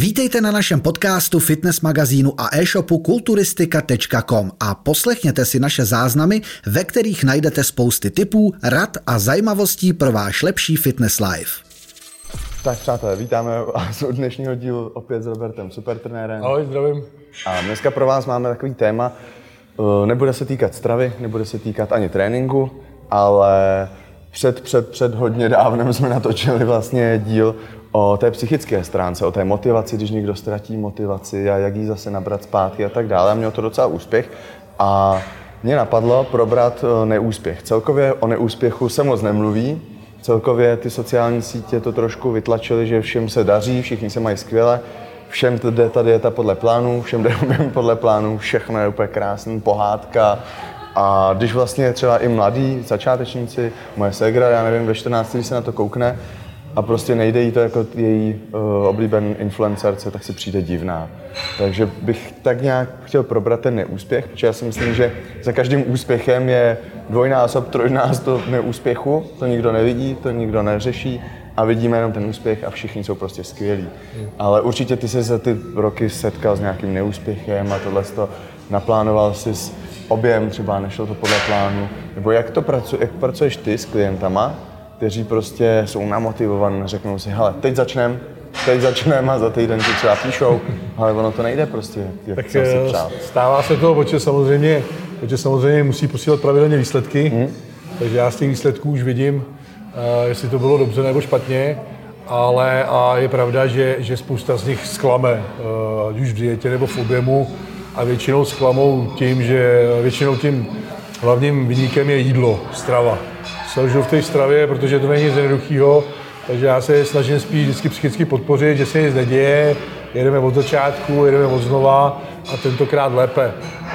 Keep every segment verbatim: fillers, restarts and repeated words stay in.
Vítejte na našem podcastu, fitness magazínu a e-shopu kulturistika tečka com a poslechněte si naše záznamy, ve kterých najdete spousty tipů, rad a zajímavostí pro váš lepší fitness life. Tak přátelé, vítáme vás u dnešního dílu opět s Robertem, supertrenérem. Ahoj, zdravím. A dneska pro vás máme takový téma, nebude se týkat stravy, nebude se týkat ani tréninku, ale před, před, před hodně dávnem jsme natočili vlastně díl o té psychické stránce, o té motivaci, když někdo ztratí motivaci a jak ji zase nabrat zpátky a tak dále. A mělo to docela úspěch a mě napadlo probrat neúspěch. Celkově o neúspěchu se moc nemluví, celkově ty sociální sítě to trošku vytlačily, že všem se daří, všichni se mají skvěle, všem jde ta dieta podle plánu, všem jde podle plánu, všechno je úplně krásný, pohádka. A když vlastně třeba i mladí začátečníci, moje ségra, já nevím, ve čtrnácti, když se na to koukne, a prostě nejde jí to jako její uh, oblíbený influencerce, tak si přijde divná. Takže bych tak nějak chtěl probrat ten neúspěch, protože já si myslím, že za každým úspěchem je dvojnásob, trojnásob neúspěchu, to nikdo nevidí, to nikdo neřeší a vidíme jenom ten úspěch a všichni jsou prostě skvělí. Hmm. Ale určitě ty jsi za ty roky setkal s nějakým neúspěchem a tohle to naplánoval jsi objem, třeba nešlo to podle plánu, nebo jak to pracuje, jak pracuješ ty s klientama, kteří prostě jsou namotivovaní, řeknou si, hele, teď začneme, teď začneme a za týden ti třeba píšou, ale ono to nejde prostě, jak tak jsem si přál. Stává se to, protože samozřejmě, protože samozřejmě musí posílat pravidelně výsledky, hmm. takže já z těch výsledků už vidím, uh, jestli to bylo dobře nebo špatně, ale a je pravda, že, že spousta z nich zklame, uh, ať už v dietě nebo v objemu a většinou zklamou tím, že většinou tím hlavním viníkem je jídlo, strava. Selžu v té stravě, protože to není nic jednoduchého, takže já se snažím spíš vždycky psychicky podpořit, že se nic neděje, jedeme od začátku, jedeme od znova a tentokrát lépe.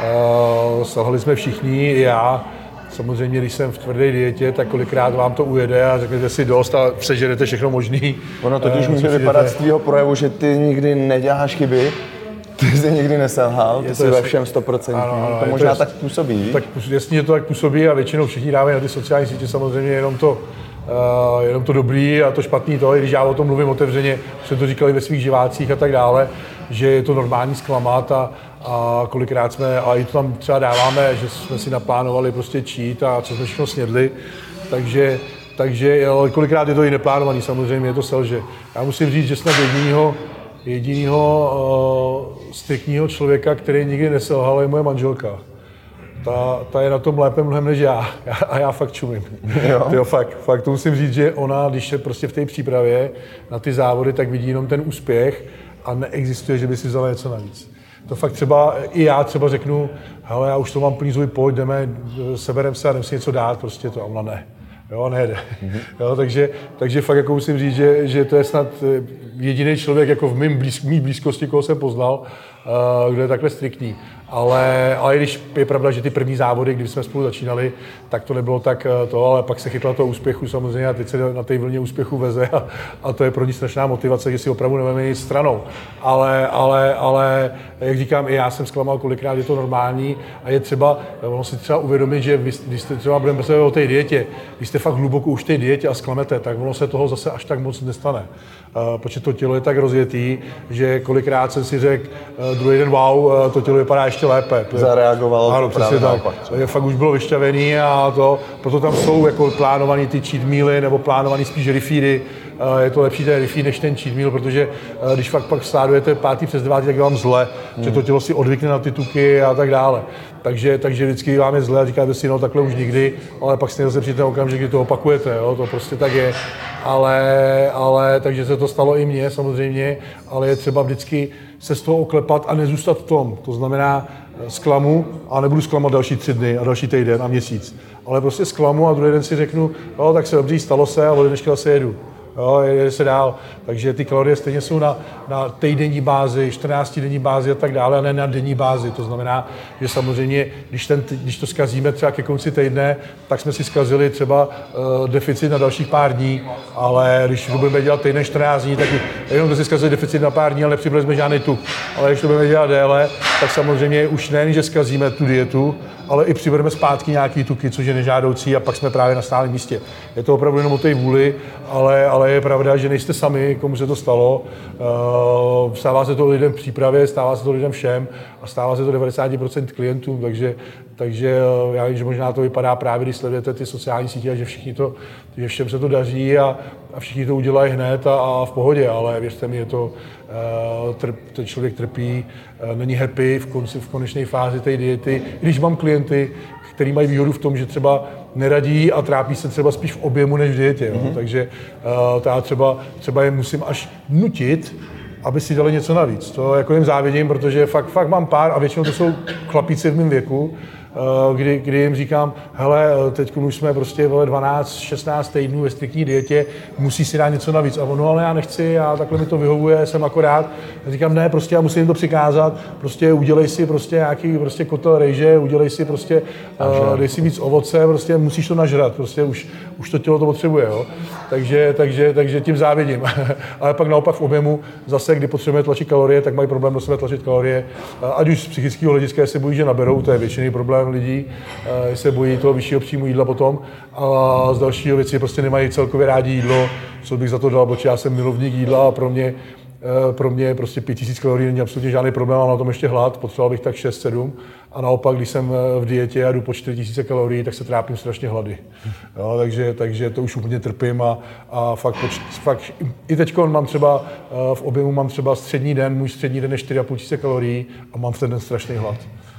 Uh, selhali jsme všichni, i já. Samozřejmě, když jsem v tvrdé dietě, tak kolikrát vám to ujede a řeknete si dost a přežerete všechno možný. Ono totiž může vypadat z tvýho projevu, že ty nikdy neděláš chyby, ty jsi nikdy neselhal, ty jsi ve všem sto procent. To možná to tak působí, tak jasně, že to tak působí a většinou všichni dávají na ty sociální sítě samozřejmě jenom to, uh, jenom to dobrý a to špatný to, i když já o tom mluvím otevřeně, jsme to říkali ve svých živácích a tak dále, že je to normální zklamat a, a kolikrát jsme, a i to tam třeba dáváme, že jsme si naplánovali prostě čít a co jsme všechno snědli, takže, takže kolikrát je to i neplánovaný, samozřejmě je to selže. Já musím říct, že snad jedinýho jedinýho uh, striktního člověka, který nikdy neselhal, je moje manželka. Ta, ta je na tom lépe mnohem než já. já a já fakt čumím. Jo. jo, fakt, fakt to musím říct, že ona, když je prostě v té přípravě na ty závody, tak vidí jenom ten úspěch a neexistuje, že by si vzala něco navíc. To fakt třeba, i já třeba řeknu, hele, já už to mám plný zuby, pojď, jdeme, seberem se a jdem si něco dát, prostě to, a ona ne. Jo, nejde. Mm-hmm. Jo, takže, takže fakt jako musím říct, že, že to je snad jediný člověk jako v mým blíz, mý blízkosti, koho jsem poznal, uh, kdo je takhle striktní. Ale, ale i když je pravda, že ty první závody, když jsme spolu začínali, tak to nebylo tak to, ale pak se chytla toho úspěchu samozřejmě a teď se na té vlně úspěchu veze a, a to je pro ní strašná motivace, že si opravdu neveme jít stranou. Ale, ale, ale, jak říkám, i já jsem zklamal, kolikrát je to normální a je třeba, ono si třeba uvědomit, že vy, když jste třeba budeme mluvit o té dietě, když jste fakt hluboko už v té dietě a sklamete, tak ono se toho zase až tak moc nestane. Uh, protože to tělo je tak rozjetý, že kolikrát jsem si řekl uh, druhý den wow, uh, to tělo vypadá ještě lépe. Zareagovalo ano, to právě naopak. Je fakt už bylo vyšťavený a to, proto tam jsou jako plánovaný ty cheat mealy nebo plánovaný spíš refeedy. Uh, je to lepší ten refeed než ten cheat meal, protože uh, když fakt pak stádujete pátý přes devátý, tak je vám zle, hmm. že to tělo si odvykne na ty tuky a tak dále. Takže, takže vždycky vám je zle a říkáte si, no takhle už nikdy, ale pak si zase přijde ten okamžik, kdy to opakujete, jo? To prostě tak je. Ale, ale takže se to stalo i mně samozřejmě, ale je třeba vždycky se z toho oklepat a nezůstat v tom. To znamená zklamu a nebudu zklamat další tři dny a další týden a měsíc. Ale prostě zklamu a druhý den si řeknu, jo, tak se dobře, stalo se a od dneška se jedu. Jo, jede se dál. Takže ty kalorie stejně jsou na, na týdenní bázi, čtrnáctidenní bázi a tak dále, a ne na denní bázi. To znamená, že samozřejmě, když, ten, když to zkazíme třeba ke konci týdne, tak jsme si zkazili třeba uh, deficit na dalších pár dní, ale když budeme dělat týden čtrnáct dní, tak jenom to si zkazili deficit na pár dní, ale nepřibrali jsme žádný tuk. Ale když to budeme dělat déle, tak samozřejmě už nejen, že zkazíme tu dietu, ale i přivedeme zpátky nějaký tuky, což je nežádoucí a pak jsme právě na stálém místě. Je to opravdu jenom o té vůli, ale, ale je pravda, že nejste sami, komu se to stalo. Stává se to lidem v přípravě, stává se to lidem všem a stává se to devadesát procent klientům, takže, takže já vím, že možná to vypadá právě, když sledujete ty sociální sítě a že všichni to, že všem se to daří a, a všichni to udělají hned a, a v pohodě, ale věřte mi, je to, trp, ten člověk trpí, není happy v, konci, v konečné fázi té diety. Když mám klienty, který mají výhodu v tom, že třeba neradí a trápí se třeba spíš v objemu než v dietě. Mm-hmm. Takže uh, já třeba, třeba je musím až nutit, aby si dali něco navíc. To jako jim závidím, protože fakt, fakt mám pár a většinou to jsou chlapíci v mém věku, Kdy, kdy jim říkám, hele, teď už jsme prostě dvanáct šestnáct týdnů ve striktní dietě, musí si dát něco navíc. A ono, ale já nechci, já takhle mi to vyhovuje, jsem akorát. A říkám, ne, prostě já musím jim to přikázat, prostě udělej si prostě nějaký prostě kotel rejže, udělej si prostě, uh, dej si víc ovoce, prostě musíš to nažrat, prostě už, už to tělo to potřebuje, jo. Takže, takže, takže tím závidím. Ale pak naopak v objemu zase, kdy potřebujeme tlačit kalorie, tak mají problém do sebe tlačit kalorie. Ať už z psychického hlediska se bojí, že naberou, to je většiný problém lidí, se bojí toho vyššího příjmu jídla potom a z dalšího věci prostě nemají celkově rádi jídlo, co bych za to dal, protože já jsem milovník jídla a pro mě, pro mě prostě pět tisíc kalorií není absolutně žádný problém, mám na tom ještě hlad, potřeboval bych tak šest sedm a naopak, když jsem v dietě a jdu po čtyři tisíce kalorií, tak se trápím strašně hlady. Jo, takže, takže to už úplně trpím a, a fakt, fakt i teď mám třeba v objemu mám třeba střední den, můj střední den je čtyři a půl tisíce kalorií a mám v ten den strašný hlad.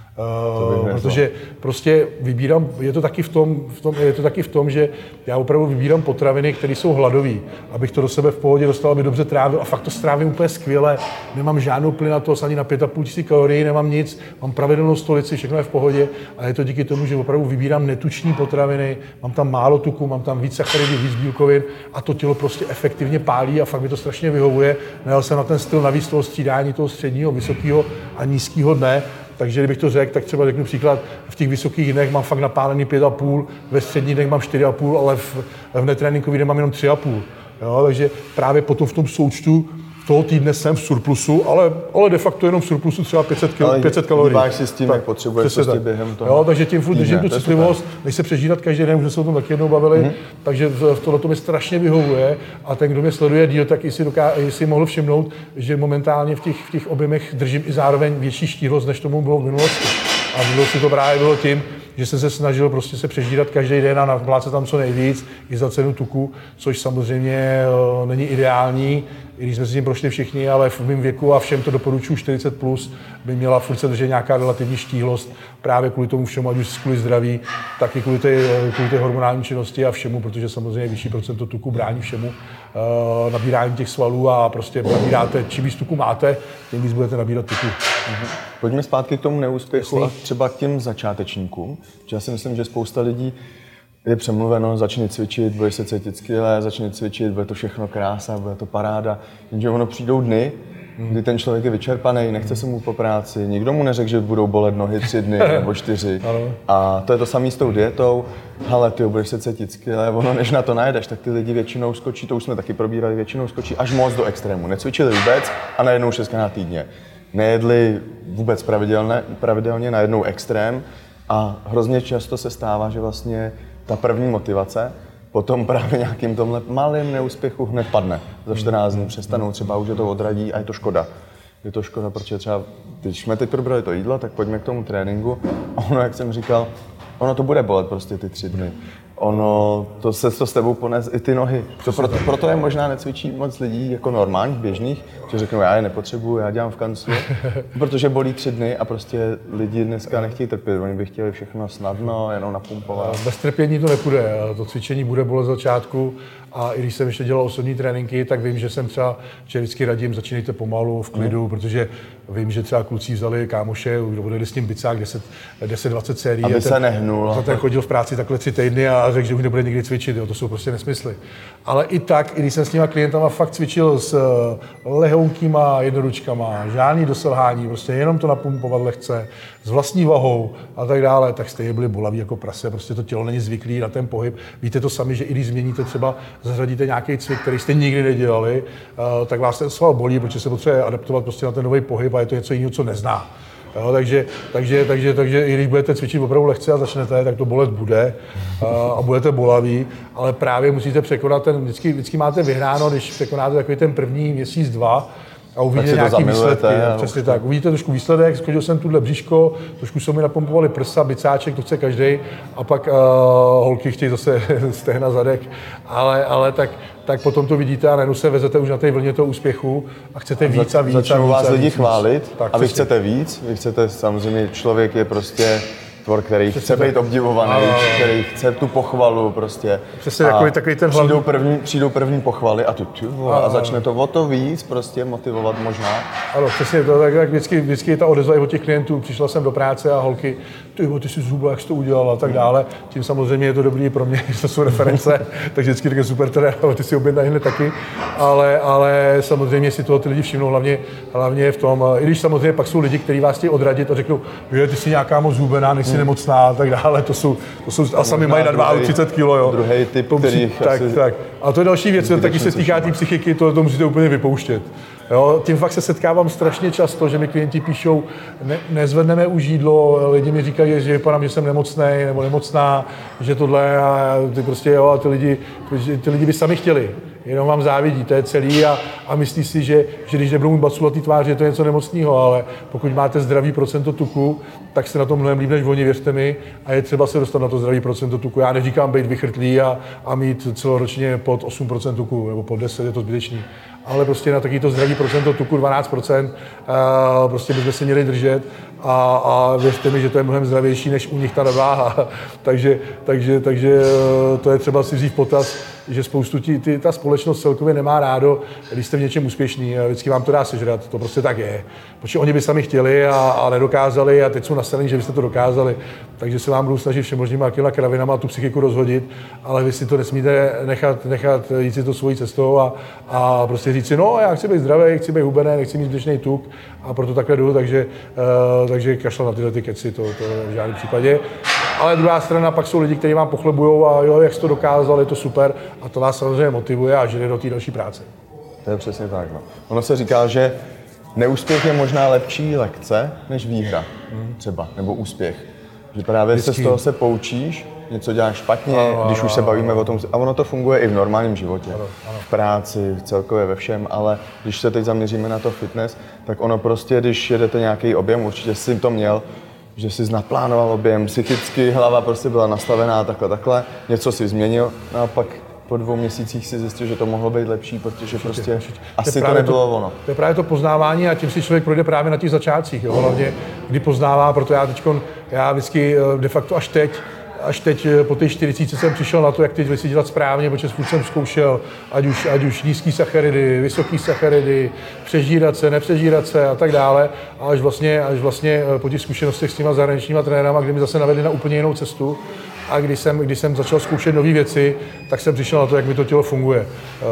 Uh, protože prostě vybírám, je to taky v tom, v tom, je to taky v tom, že já opravdu vybírám potraviny, které jsou hladové, abych to do sebe v pohodě dostal, aby dobře trávil a fakt to strávím úplně skvěle, nemám žádnou plynatost ani na pět a půl tisíce kalorií, nemám nic, mám pravidelnou stolici, všechno je v pohodě a je to díky tomu, že opravdu vybírám netuční potraviny, mám tam málo tuku, mám tam víc sacharidů, víc bílkovin a to tělo prostě efektivně pálí a fakt mi to strašně vyhovuje. Najel jsem na ten styl navíc toho střídání toho středního, vysokého a nízkého dne. Takže kdybych to řekl, tak třeba řeknu příklad, v těch vysokých dnech mám fakt napálený pět a půl, ve středních dnech mám čtyři a půl, ale v, v netréninkových dnech mám jenom tři a půl. Jo, takže právě potom v tom součtu toho týdne jsem v surplusu, ale, ale de facto jenom v surplusu třeba pět set kalorií. Ale si s tím, tak, jak potřebuješ prostě během toho. Jo, takže tím furt držím tu citlivost, než se přežírat každý den, už jsme se o tom taky jednou bavili, mm-hmm. takže v tohle to mi strašně vyhovuje a ten, kdo mě sleduje díl, tak i si, doká, i si mohl všimnout, že momentálně v těch, v těch objemech držím i zároveň větší štíhlost, než tomu bylo v minulosti. A v minulosti to právě bylo tím, že jsem se snažil prostě se přežírat každý den a navlácet tam co nejvíc i za cenu tuku, což samozřejmě uh, není ideální, i když jsme si tím prošli všichni, ale v mém věku a všem to doporučuji čtyřicet plus, by měla furt se držet nějaká relativní štíhlost právě kvůli tomu všemu, ať už kvůli zdraví, tak i kvůli té, kvůli té hormonální činnosti a všemu, protože samozřejmě vyšší procento tuku brání všemu, uh, nabírání těch svalů a prostě nabíráte, čím víc tuku máte, tím víc budete nabírat tuku. Mhm. Pojďme zpátky k tomu neúspěchu Jasný. a třeba k těm začátečníkům. Já si myslím, že spousta lidí je přemluveno, začni cvičit, budeš se cítit skvěle, začni cvičit, bude to všechno krása, bude to paráda. Jenže ono přijdou dny, kdy ten člověk je vyčerpaný, nechce se mu po práci, nikdo mu neřekl, že budou bolet nohy tři dny nebo čtyři. A to je to samé s tou dietou. Hele, ty budeš se cítit skvěle, ono než na to najedeš, tak ty lidi většinou skočí, to už jsme taky probírali, většinou skočí až moc do extrému. Necvičili vůbec a najednou šestkrát týdně. Nejedli vůbec pravidelně, pravidelně najednou extrém a hrozně často se stává, že vlastně ta první motivace potom právě nějakým tomhle malým neúspěchu hned padne. Za čtrnáct dní přestanou, třeba už je to odradí a je to škoda. Je to škoda, protože třeba, když jsme teď probrali to jídlo, tak pojďme k tomu tréninku. A ono, jak jsem říkal, ono to bude bolet prostě ty tři dny. Ono, to se to s tebou pones i ty nohy. To proto, proto je možná necvičí moc lidí jako normálních, běžných, že řeknou, já je nepotřebuju, já dělám v kanclu, protože bolí tři dny a prostě lidi dneska nechtějí trpět, oni by chtěli všechno snadno, jenom napumpovat. Bez trpění to nepůjde, to cvičení bude bolet z začátku a i když jsem ještě dělal osobní tréninky, tak vím, že jsem třeba, že vždycky radím, začínejte pomalu, v klidu, mm. protože vím, že třeba kluci vzali kámoše, kdo odjeli s tím bicák deset dvacet sérií. Aby a ten, se nehnul. A ten chodil v práci takhle tři týdny a řekl, že už nebude nikdy cvičit, jo, to jsou prostě nesmysly. Ale i tak, i když jsem s těma klientama fakt cvičil s lehounkýma jednoručkama, žádný doselhání, prostě jenom to napumpovat lehce, s vlastní vahou a tak dále, tak stejně byli bolaví jako prase, prostě to tělo není zvyklý na ten pohyb. Víte to sami, že i když změníte třeba, zařadíte nějaký cvik, který jste nikdy nedělali, tak vás ten sval bolí, protože se potřebuje adaptovat prostě na ten nový pohyb a je to něco jiného, co nezná. Jo, takže, takže, takže, takže i když budete cvičit opravdu lehce a začnete, tak to bolet bude a, a budete bolaví, ale právě musíte překonat ten, vždycky, vždycky máte vyhráno, když překonáte takový ten první měsíc, dva, a uvidíte nějaký výsledky, přesně tak. Uvidíte trošku výsledek, schodil jsem tuhle břiško, trošku jsou mi napompovali prsa, bicáček, to chce každý, a pak uh, holky chtějí zase stehna, zadek, ale, ale tak, tak potom to vidíte a najednou se vezete už na té vlně toho úspěchu a chcete víc a víc. Začnou vás lidi víc, chválit tak, a vy chcete víc, vy chcete, samozřejmě člověk je prostě tvor, který chce být obdivovaný, který chce tu pochvalu prostě. Přesně takový, takový ten hlavní. Přijdou první, přijdou první pochvaly a tu tu a, a začne to o to víc prostě motivovat možná. Ano, přesně to, tak, tak vždycky, vždycky je ta odezva i od těch klientů. Přišla jsem do práce a holky, ty, ty jsi zhubla, jak jsi to udělal a tak dále. Tím samozřejmě je to dobrý pro mě, že to jsou reference, takže vždycky také super trenér, ty si objednají hned taky. Ale, ale samozřejmě si toho ty lidi všimnou, hlavně, hlavně v tom, i když samozřejmě pak jsou lidi, kteří vás chtějí odradit a řeknou, že ty jsi nějaká moc zhubená, nejsi nemocná a tak dále, to jsou, to jsou a sami mají na třicet dva kilo, jo. Druhý typ, to musí, který tak, asi... tak. A to je další věc, taky se týká té psychiky, to, to musíte úplně vypouštět. Jo, tím fakt se setkávám strašně často, že mi klienti píšou, ne, nezvedneme už jídlo, lidi mi říkají, že vypadám, že jsem nemocný nebo nemocná, že tohle a ty prostě jo, a ty lidi, ty, ty lidi by sami chtěli. Jenom vám závidí, to je celý a, a myslí si, že, že když nebudou mít baculatý tvář, je to něco nemocného, ale pokud máte zdravý procento tuku, tak se na tom mnohem líp než oni, věřte mi, a je třeba se dostat na to zdravý procento tuku. Já neříkám být vychrtlý a, a mít celoročně pod osm procent tuku, nebo pod deset, je to zbytečný. Ale prostě na takovýto zdravý procento tuku dvanáct procent uh, prostě bychom se měli držet a, a věřte mi, že to je mnohem zdravější než u nich ta nadváha. takže, takže, takže to je třeba si vzít v potaz, že spoustu tí, ty, ta společnost celkově nemá rádo, když jste v něčem úspěšný a vždycky vám to dá sežrat, to prostě tak je. Protože oni by sami chtěli a, a nedokázali a teď jsou nastavení, že byste to dokázali. Takže se vám budou snažit všemožnýma těma kravinama tu psychiku rozhodit, ale vy si to nesmíte nechat, nechat jít si to svojí cestou a, a prostě říct si, no já chci být zdravý, chci být hubený, nechci mít zbytečný tuk a proto takhle jdu, takže, uh, takže kašla na tyhle ty keci, to, to v žádném případě. Ale druhá strana, pak jsou lidi, kteří vám pochlebujou a jo, jak jsi to dokázal, je to super a to vás samozřejmě motivuje a žene do té další práce. To je přesně tak. No. Ono se říká, že neúspěch je možná lepší lekce než výhra, hmm. třeba, nebo úspěch. Že právě se z toho se poučíš, něco děláš špatně, ano, když ano, už se bavíme ano. o tom, a ono to funguje i v normálním životě, ano, ano. v práci, celkově ve všem, ale když se teď zaměříme na to fitness, tak ono prostě, když jedete nějaký objem, určitě jsi to měl, že jsi naplánoval objem, psychicky hlava prostě byla nastavená takhle, takhle, něco si změnil, no a pak po dvou měsících si zjistil, že to mohlo být lepší, protože určitě, prostě určitě. asi to, to nebylo to, ono. To je právě to poznávání a tím si člověk projde právě na těch začátcích, jo? Hlavně kdy poznává, proto já teďkon, já vždycky de facto až teď, až teď po té čtyřicítce jsem přišel na to, jak teď věci dělat správně, protože furt jsem zkoušel, ať už, ať už nízký sacharidy, vysoký sacharidy, přežírat se, nepřežírat se a tak dále. A až vlastně, až vlastně po těch zkušenostech s těma zahraničníma trenérama, kdy mi zase navedli na úplně jinou cestu, a když jsem, když jsem začal zkoušet nové věci, tak jsem přišel na to, jak mi to tělo funguje.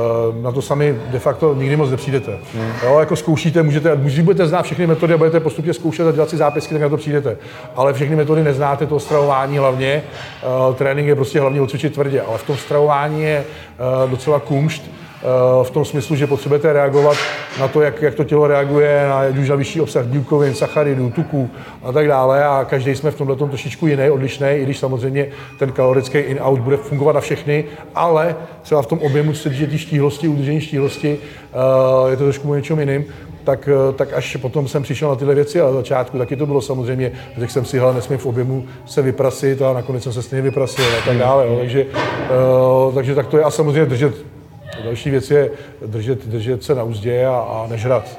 Na to sami de facto nikdy moc nepřijdete. Hmm. Jo, jako zkoušíte, můžete, když budete znát všechny metody a budete postupně zkoušet a dělat si zápisky, tak na to přijdete. Ale všechny metody neznáte, to stravování hlavně. Trénink je prostě hlavně odcvičit tvrdě, ale v tom stravování je docela kumšt, v tom smyslu, že potřebujete reagovat na to, jak, jak to tělo reaguje, na, už na vyšší obsah bílkovin, sacharidů, tuků a tak dále. A každý jsme v tomhle tom trošičku jiný, odlišný, i když samozřejmě ten kalorický in-out bude fungovat na všechny, ale třeba v tom objemu se držet štíhlosti, udržení štíhlosti, je to trošku o něčem jiným. Tak, tak až potom jsem přišel na tyhle věci a na začátku taky to bylo samozřejmě, řekl jsem si, hele, nesmím v objemu se vyprasit a nakonec jsem se stejně vyprasil a tak dále. Jo. Takže, uh, takže tak to je a samozřejmě držet. Další věc je držet, držet se na úzdě a, a nežrat.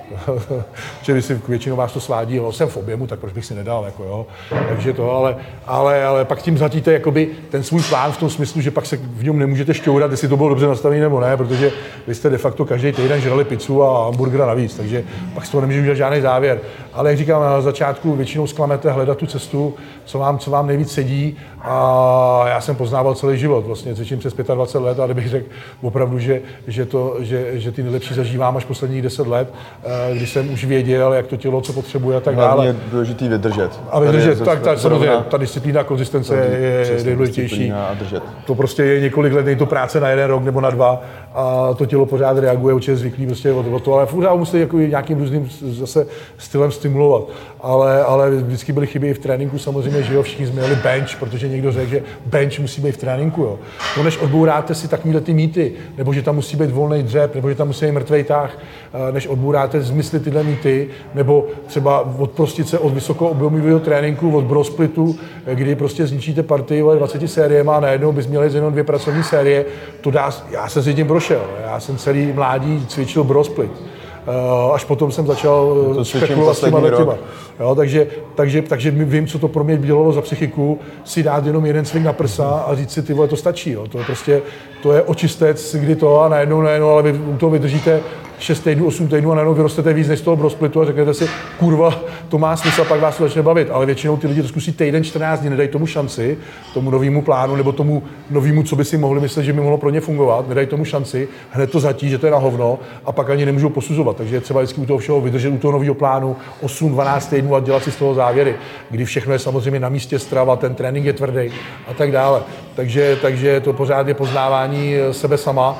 Čili si většinou vás to svádí, jo, jsem v objemu, tak proč bych si nedal, jako jo. Takže to, ale, ale, ale pak tím zhatíte jakoby ten svůj plán v tom smyslu, že pak se v něm nemůžete šťourat, jestli to bylo dobře nastavené nebo ne, protože vy jste de facto každý týden žrali pizzu a hamburgera navíc, takže pak z toho nemůžete udělat žádný závěr. Ale jak říkám, na začátku většinou zklamete hledat tu cestu, co vám, co vám nejvíc sedí a já jsem poznával celý život, vlastně cvičím přes dvacet pět let a kdybych řekl opravdu, že že, to, že, že ty nejlepší zažívám až posledních deset let, kdy jsem už věděl, jak to tělo, co potřebuje a tak dále. Hlavně je důležitý vydržet. A vydržet, tak, tak samozřejmě, ta disciplína a konzistence je nejdůležitější. To prostě je několik let, není to práce na jeden rok nebo na dva a to tělo pořád reaguje, určitě je zvyklý prostě o to, ale furt musí jako nějakým různým zase stylem stimulovat. Ale, ale vždycky byly chyby i v tréninku, samozřejmě, že jo, všichni jsme měli bench, protože někdo řekl, že bench musí být v tréninku, jo. No, než odbouráte si takovýhle ty mýty, nebo že tam musí být volný dřep, nebo že tam musí být mrtvej tah, než odbouráte zmysly tyhle mýty, nebo třeba odprostit se od vysokoobjemového tréninku, od brosplitu, kdy prostě zničíte partii dvaceti sériema a najednou bys měli jenom dvě pracovní série, to dá, já jsem si tím prošel, já jsem celý mládí cvičil brosplit. Až potom jsem začal spekulovat s těma letima. Jo, takže, takže, takže vím, co to pro mě dělalo za psychiku, si dát jenom jeden swing na prsa a říct si, ty vole, to stačí. Jo. To je prostě, to je očistec, kdy to a najednou, najednou, ale vy u toho vydržíte šest týdnů, osm týdnů a najednou vyrostete víc než z toho brosplitu a řeknete si, kurva, to má smysl a pak vás to začne bavit. Ale většinou ty lidi to zkusí týden, čtrnáct dní, nedají tomu šanci, tomu novému plánu nebo tomu novému, co by si mohli myslet, že by mohlo pro ně fungovat, nedají tomu šanci, hned to zatí, že to je na hovno a pak ani nemůžou posuzovat. Takže je třeba vždycky u toho všeho vydržet u toho nového plánu osm dvanáct týdnů a dělat si z toho závěry, kdy všechno je samozřejmě na místě, strava, ten trénink je tvrdý a tak dále. Takže, takže to pořád je poznávání sebe sama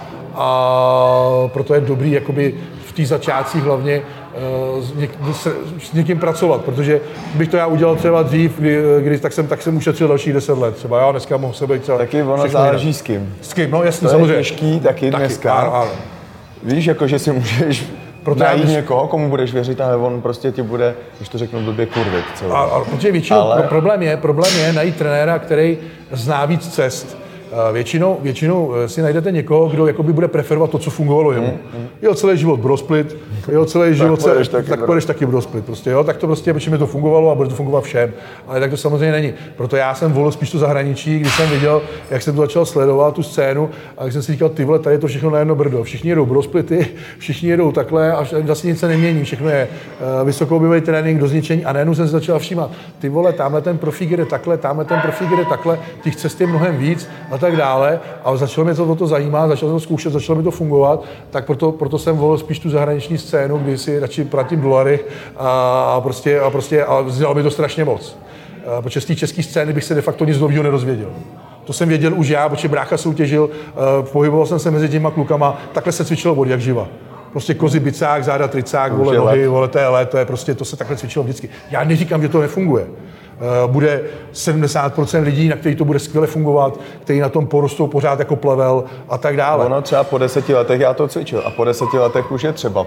a proto je dobrý jakoby v té začátcích hlavně s, něk, s někým pracovat, protože bych to já udělal třeba dřív, kdy, kdy tak, jsem, tak jsem ušetřil dalších deset let. Třeba já dneska mohu se být třeba... Taky ono záleží s kým. S kým, no jasně, to samozřejmě. To je těžký taky, taky dneska. Ano, ano. Víš, jako že si můžeš proto najít bych... někoho, komu budeš věřit, ale on prostě ti bude, když to řeknu blbě, kurvit celou. A, a, protože většinou ale... problém, je, problém je najít trenéra, který zná víc cest. Většinou, většinou si najdete někoho, kdo jakoby bude preferovat to, co fungovalo jemu. Mm, mm. Jeho celý život brosplit, jeho celý život se, pojedeš taky, tak půjdeš taky brosplit. Prostě, jo? Tak to prostě, protože mi to fungovalo a bude to fungovat všem. Ale tak to samozřejmě není. Proto já jsem volil spíš to zahraničí, když jsem viděl, jak jsem to začal sledovat, tu scénu, a když jsem si říkal, ty vole, tady je to všechno na jedno brdo. Všichni jedou brosplity, všichni jedou takhle a vlastně nic se nemění. Všechno je uh, vysokoobjemový trénink do zničení a najednou jsem se začal všímat. Ty vole, tamhle ten profík jde takhle, tamhle ten profík jde takhle, těch cest je mnohem víc a tak dále. A začalo mě to, to zajímat, začal jsem to zkoušet, začalo mi to fungovat, tak proto, proto jsem volil spíš tu zahraniční scénu, kdy si radši platím dolary a, a prostě, a prostě a vzdělalo mi to strašně moc. A protože z té české scény bych se de facto nic nového nedozvěděl. To jsem věděl už já, protože brácha soutěžil, pohyboval jsem se mezi těma klukama, takhle se cvičilo od jak živa. Prostě kozy, bicák, záda, tricák, vole, nohy, vole, to je let, to je prostě, to se takhle cvičilo vždycky. Já neříkám, že to nefunguje. Bude sedmdesát procent lidí, na který to bude skvěle fungovat, který na tom porostou pořád jako plevel a tak dále. Ono třeba po deseti letech já to cvičil a po deseti letech už je třeba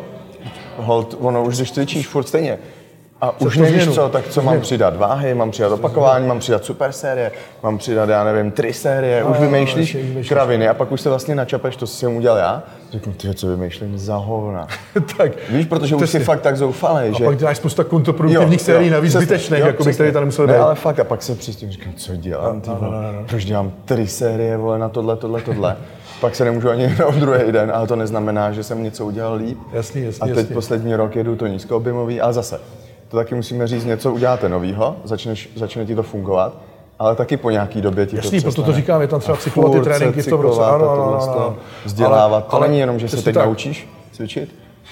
hold, ono už když cvičíš furt stejně. A co už nevíš co, tak co mám přidat? Váhy, mám přidat opakování, mám přidat super série, mám přidat, já nevím, tři série, už vymýšlíš kraviny a pak už se vlastně načapeš, to jsem udělal já. Řeknu, ty, co vymýšlím za hovna. Tak, víš, protože už jsi fakt tak zoufalej, že... A pak děláš spousta kontraproduktivních sérií, navíc zbytečných, jako by, které tam nemuseli dát. Ne, ale fakt, a pak se přistím, říkám, co dělám, ty vole, proč dělám tři série, vole, na tohle, tohle, tohle. Pak se nemůžu ani na druhý den, ale to neznamená, že jsem něco udělal líp. Jasný, jasný, a teď jasný. poslední rok jedu to nízkoobjemový, ale zase. To taky musíme říct, něco uděláte novýho, začneš, začne ti to fungovat, ale taky po nějaký době ti Jasný, to přestane. Jasný, proto to říkám, je tam třeba cyklovat ty tréninky v tom roce. Ano, ano, ano, ano. Vzdělávat, to není jenom, že se teď tak naučíš cvičit,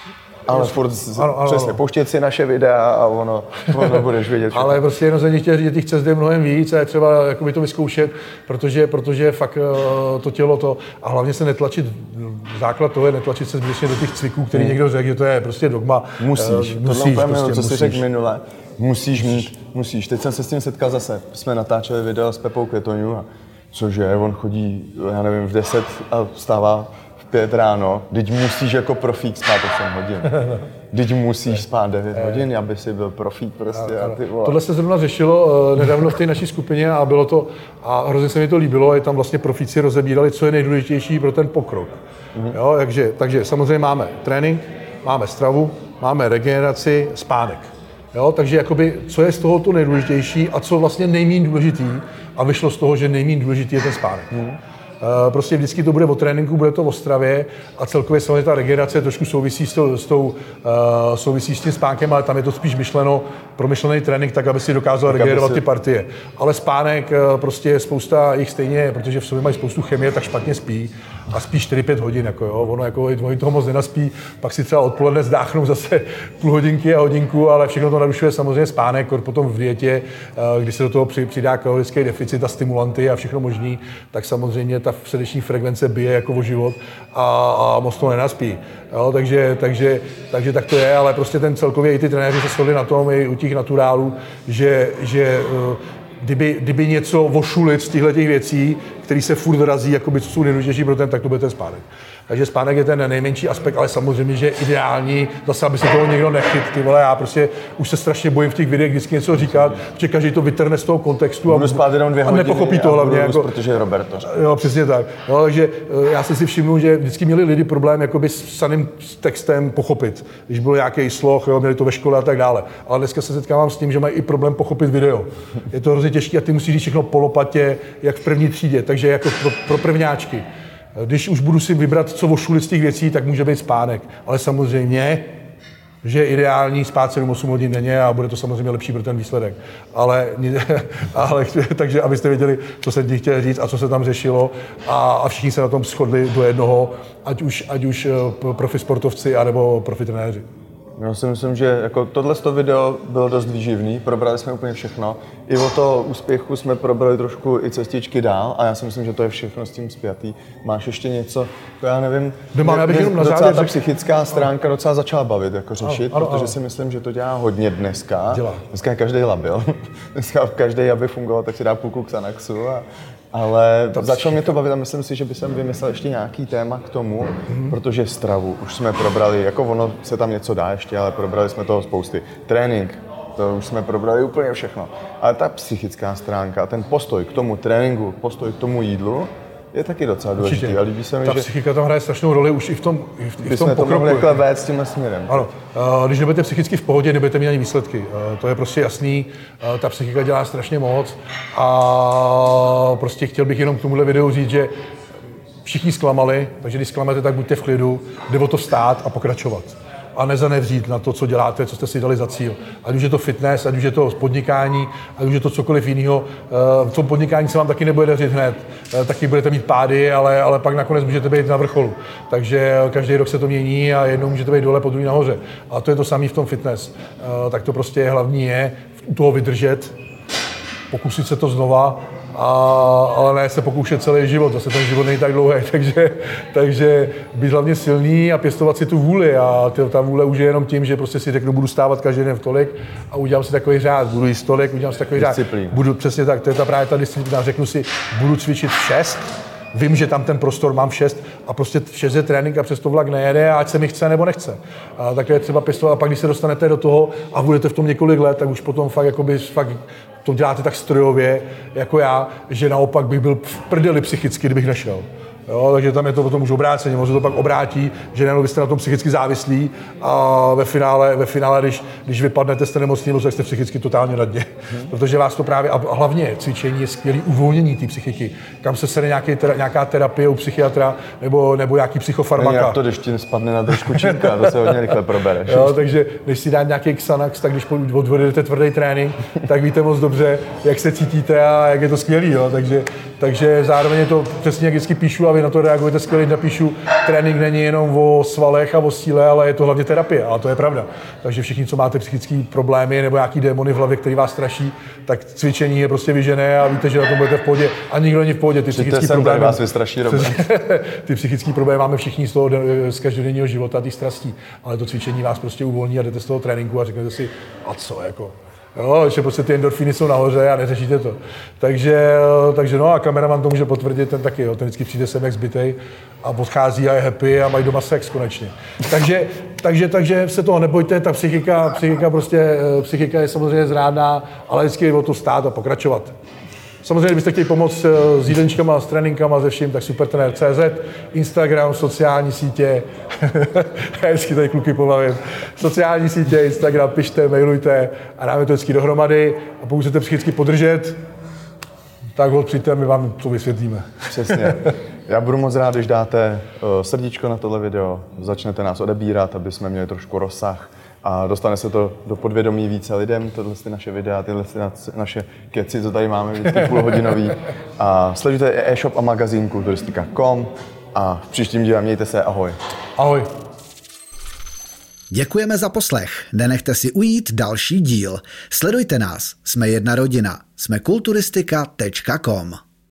ale furt ano, ano, přesně, pouštět si naše videa a ono, ono budeš vědět všechno. Ale prostě jenom jsem chtěl říct, že těch cest je mnohem víc a je třeba jakoby to vyzkoušet, protože, protože fakt to tělo to, a hlavně se netlačit, základ toho je netlačit se zbytečně do těch cviků, který hmm. někdo řekl, že to je prostě dogma. Musíš, musíš tohle prostě, co musíš. jsi řekl minule, musíš mít, musíš. Teď jsem se s tím setkal zase, jsme natáčeli video s Pepou Květoňů, a cože, on chodí, já nevím, v deset a vstává v pět ráno, teď musíš jako profík spát osm hodin. Teď musíš spát devět hodin, aby si byl profík prostě. A ty vole. Tohle se zrovna řešilo uh, nedávno v té naší skupině a bylo to, a hrozně se mi to líbilo, je tam vlastně profíci rozebírali, co je nejdůležitější pro ten pokrok. Mm-hmm. Jo, takže, takže samozřejmě máme trénink, máme stravu, máme regeneraci, spánek. Jo, takže jakoby, co je z toho to nejdůležitější a co vlastně nejméně důležitý a vyšlo z toho, že nejméně důležitý je ten spánek. Mm. Prostě vždycky to bude o tréninku, bude to o stravě a celkově samozřejmě ta regenerace trošku souvisí s, to, s, tou, uh, souvisí s tím spánkem, ale tam je to spíš myšleno, promyšlený trénink, tak aby si dokázal tak regenerovat si... ty partie. Ale spánek prostě je spousta jich stejně, protože v sobě mají spoustu chemie, tak špatně spí a spí čtyři pět hodin, jako jo, ono jako oni toho moc nenaspí, pak si třeba odpoledne zdáchnou zase půl hodinky a hodinku, ale všechno to narušuje samozřejmě spánek, potom v dietě, když se do toho přidá kalorický deficit a stimulanty a všechno možný, tak samozřejmě ta srdeční frekvence bije jako o život a, a moc to nenaspí. Jo, takže, takže, takže tak to je, ale prostě ten celkově i ty trenéři se shodli na tom, i u těch naturálů, že, že kdyby, kdyby něco vošulit z těchto věcí, které se furt razí, jakoby, co jsou nejdůležitější pro ten, tak to bude ten spánek. Takže spánek je ten nejmenší aspekt, ale samozřejmě, že je ideální, zase, aby se toho někdo nechyt, ty vole, já prostě už se strašně bojím v těch videích vždycky něco říkat, protože každý to vytrhne z toho kontextu a, budu spát jenom dvě a nepochopí to hlavně. Jako, jako, protože je Roberto. Jo, přesně tak. Jo, takže já jsem si všiml, že vždycky měli lidi problém jakoby s psaným textem pochopit, když byl nějaký sloh, jo, měli to ve škole a tak dále. Ale dneska se setkávám s tím, že mají i problém pochopit video. Je to hrozně těžké a ty musíš říct všechno po lopatě, jak v první třídě, takže jako pro, pro prvňáčky. Když už budu si vybrat, co ošulit z těch věcí, tak může být spánek. Ale samozřejmě, že je ideální spát sedm osm hodin denně a bude to samozřejmě lepší pro ten výsledek. Ale, ale takže abyste věděli, co jsem ti chtěl říct a co se tam řešilo a, a všichni se na tom shodli do jednoho, ať už, ať už profi sportovci, anebo profi trenéři. Já si myslím, že jako tohle video bylo dost výživný, probrali jsme úplně všechno. I o to úspěchu jsme probrali trošku i cestičky dál a já si myslím, že to je všechno s tím spjatý. Máš ještě něco, to já nevím, Nemám, já bych jenom na docela závěr ta řek... psychická stránka docela začala bavit, jako řešit, ano, ano, protože ano. si myslím, že to dělá hodně dneska. Dělá. Dneska je každý labil, dneska každý, aby fungoval, tak si dá půlku Xanaxu a ale to začalo mě to bavit a myslím si, že by jsem vymyslel ještě nějaký téma k tomu, mm. protože stravu už jsme probrali, jako ono se tam něco dá ještě, ale probrali jsme toho spousty. Trénink, to už jsme probrali úplně všechno. Ale ta psychická stránka, ten postoj k tomu tréninku, postoj k tomu jídlu, je taky docela důležitý. A líbí se mi, ta že psychika tam hraje strašnou roli už i v tom, i v, i v tom to pokroku. mohli vést s tímhle směrem. Ano, když nebudete psychicky v pohodě, nebudete mít ani výsledky. To je prostě jasný, ta psychika dělá strašně moc a prostě chtěl bych jenom k tomuhle videu říct, že všichni zklamali, takže když zklamete, tak buďte v klidu, jde o to vstát a pokračovat. A nezanevřít na to, co děláte, co jste si dali za cíl. Ať už je to fitness, ať už je to podnikání, ať už je to cokoliv jiného. V tom podnikání se vám taky nebude dařit hned. Taky budete mít pády, ale, ale pak nakonec můžete být na vrcholu. Takže každý rok se to mění a jednou můžete být dole, po druhý nahoře. A to je to samé v tom fitness. Tak to prostě hlavní je u toho vydržet, pokusit se to znova, a, ale ne se pokoušet celý život, zase ten život není tak dlouhý, takže, takže být hlavně silný a pěstovat si tu vůli a ta vůle už je jenom tím, že prostě si řeknu, budu stávat každý den v tolik a udělám si takový řád, budu jíst tolik, udělám si takový řád, budu přesně tak, to je ta právě ta disciplína, řeknu si, budu cvičit v šest, vím, že tam ten prostor mám v šest a prostě v šest je trénink a přes to vlak nejede, ať se mi chce nebo nechce. A takhle je třeba pěstovat a pak, když se dostanete do toho a budete v tom několik let, tak už potom fakt, jakoby, fakt to děláte tak strojově, jako já, že naopak bych byl v prdeli psychicky, kdybych nešel. Jo, takže tam je to potom už obráceně, možná to pak obrátí, že nejenom vy jste na tom psychicky závislí a ve finále, ve finále když, když vypadnete, jste nemocní, tak jste psychicky totálně na dně. Hmm. Protože vás to právě, a hlavně cvičení je skvělý uvolnění té psychiky, kam se sede nějaký, nějaká terapie u psychiatra nebo, nebo nějaký psychofarmaka. Jak to, když ti spadne na trošku čínka, to se hodně rychle probereš. Jo, takže když si dá nějaký Xanax, tak když odvedete tvrdý trénink, tak víte moc dobře, jak se cítíte a jak je to skvělý. Jo. Takže, takže zároveň je to přesně, jak vždycky píšu, a vy na to reagujete skvěle, napíšu, trénink není jenom o svalech a o síle, ale je to hlavně terapie a to je pravda. Takže všichni, co máte psychické problémy nebo nějaký démony v hlavě, který vás straší, tak cvičení je prostě vyžené a víte, že na tom budete v pohodě a nikdo není v pohodě. Ty psychické problémy vás vystraší, ty psychické problémy máme všichni z toho z každodenního života, těch strastí, ale to cvičení vás prostě uvolní a jdete z toho tréninku a řeknete si, a co jako. Jo, že prostě ty endorfiny jsou nahoře a neřešíte to. Takže, takže no a kameraman to může potvrdit, ten taky, jo, ten vždycky přijde sem jak zbytej a odchází a je happy a mají doma sex konečně. Takže, takže, takže se toho nebojte, ta psychika, psychika prostě, psychika je samozřejmě zrádná, ale vždycky je o to stát a pokračovat. Samozřejmě, kdybyste chtěli pomoct s jídelníčkama, s tréninkama, se vším, tak supertrenér tečka cé zet, Instagram, sociální sítě, já vždycky tady kluky pobavím, sociální sítě, Instagram, pište, mailujte a dáme to vždycky dohromady a pokud chcete psychicky podržet, tak ho přijďte a my vám to vysvětlíme. Přesně. Já budu moc rád, když dáte srdíčko na tohle video, začnete nás odebírat, aby jsme měli trošku rozsah. A dostane se to do podvědomí více lidem, tohle ty naše videa, tyhle ty naše keci, co tady máme, vždycky půlhodinový. A sledujte e-shop a magazín kulturistika tečka com, a v příštím díle mějte se, ahoj. Ahoj. Děkujeme za poslech. Nenechte si ujít další díl. Sledujte nás. Jsme jedna rodina. Jsme kulturistika tečka com.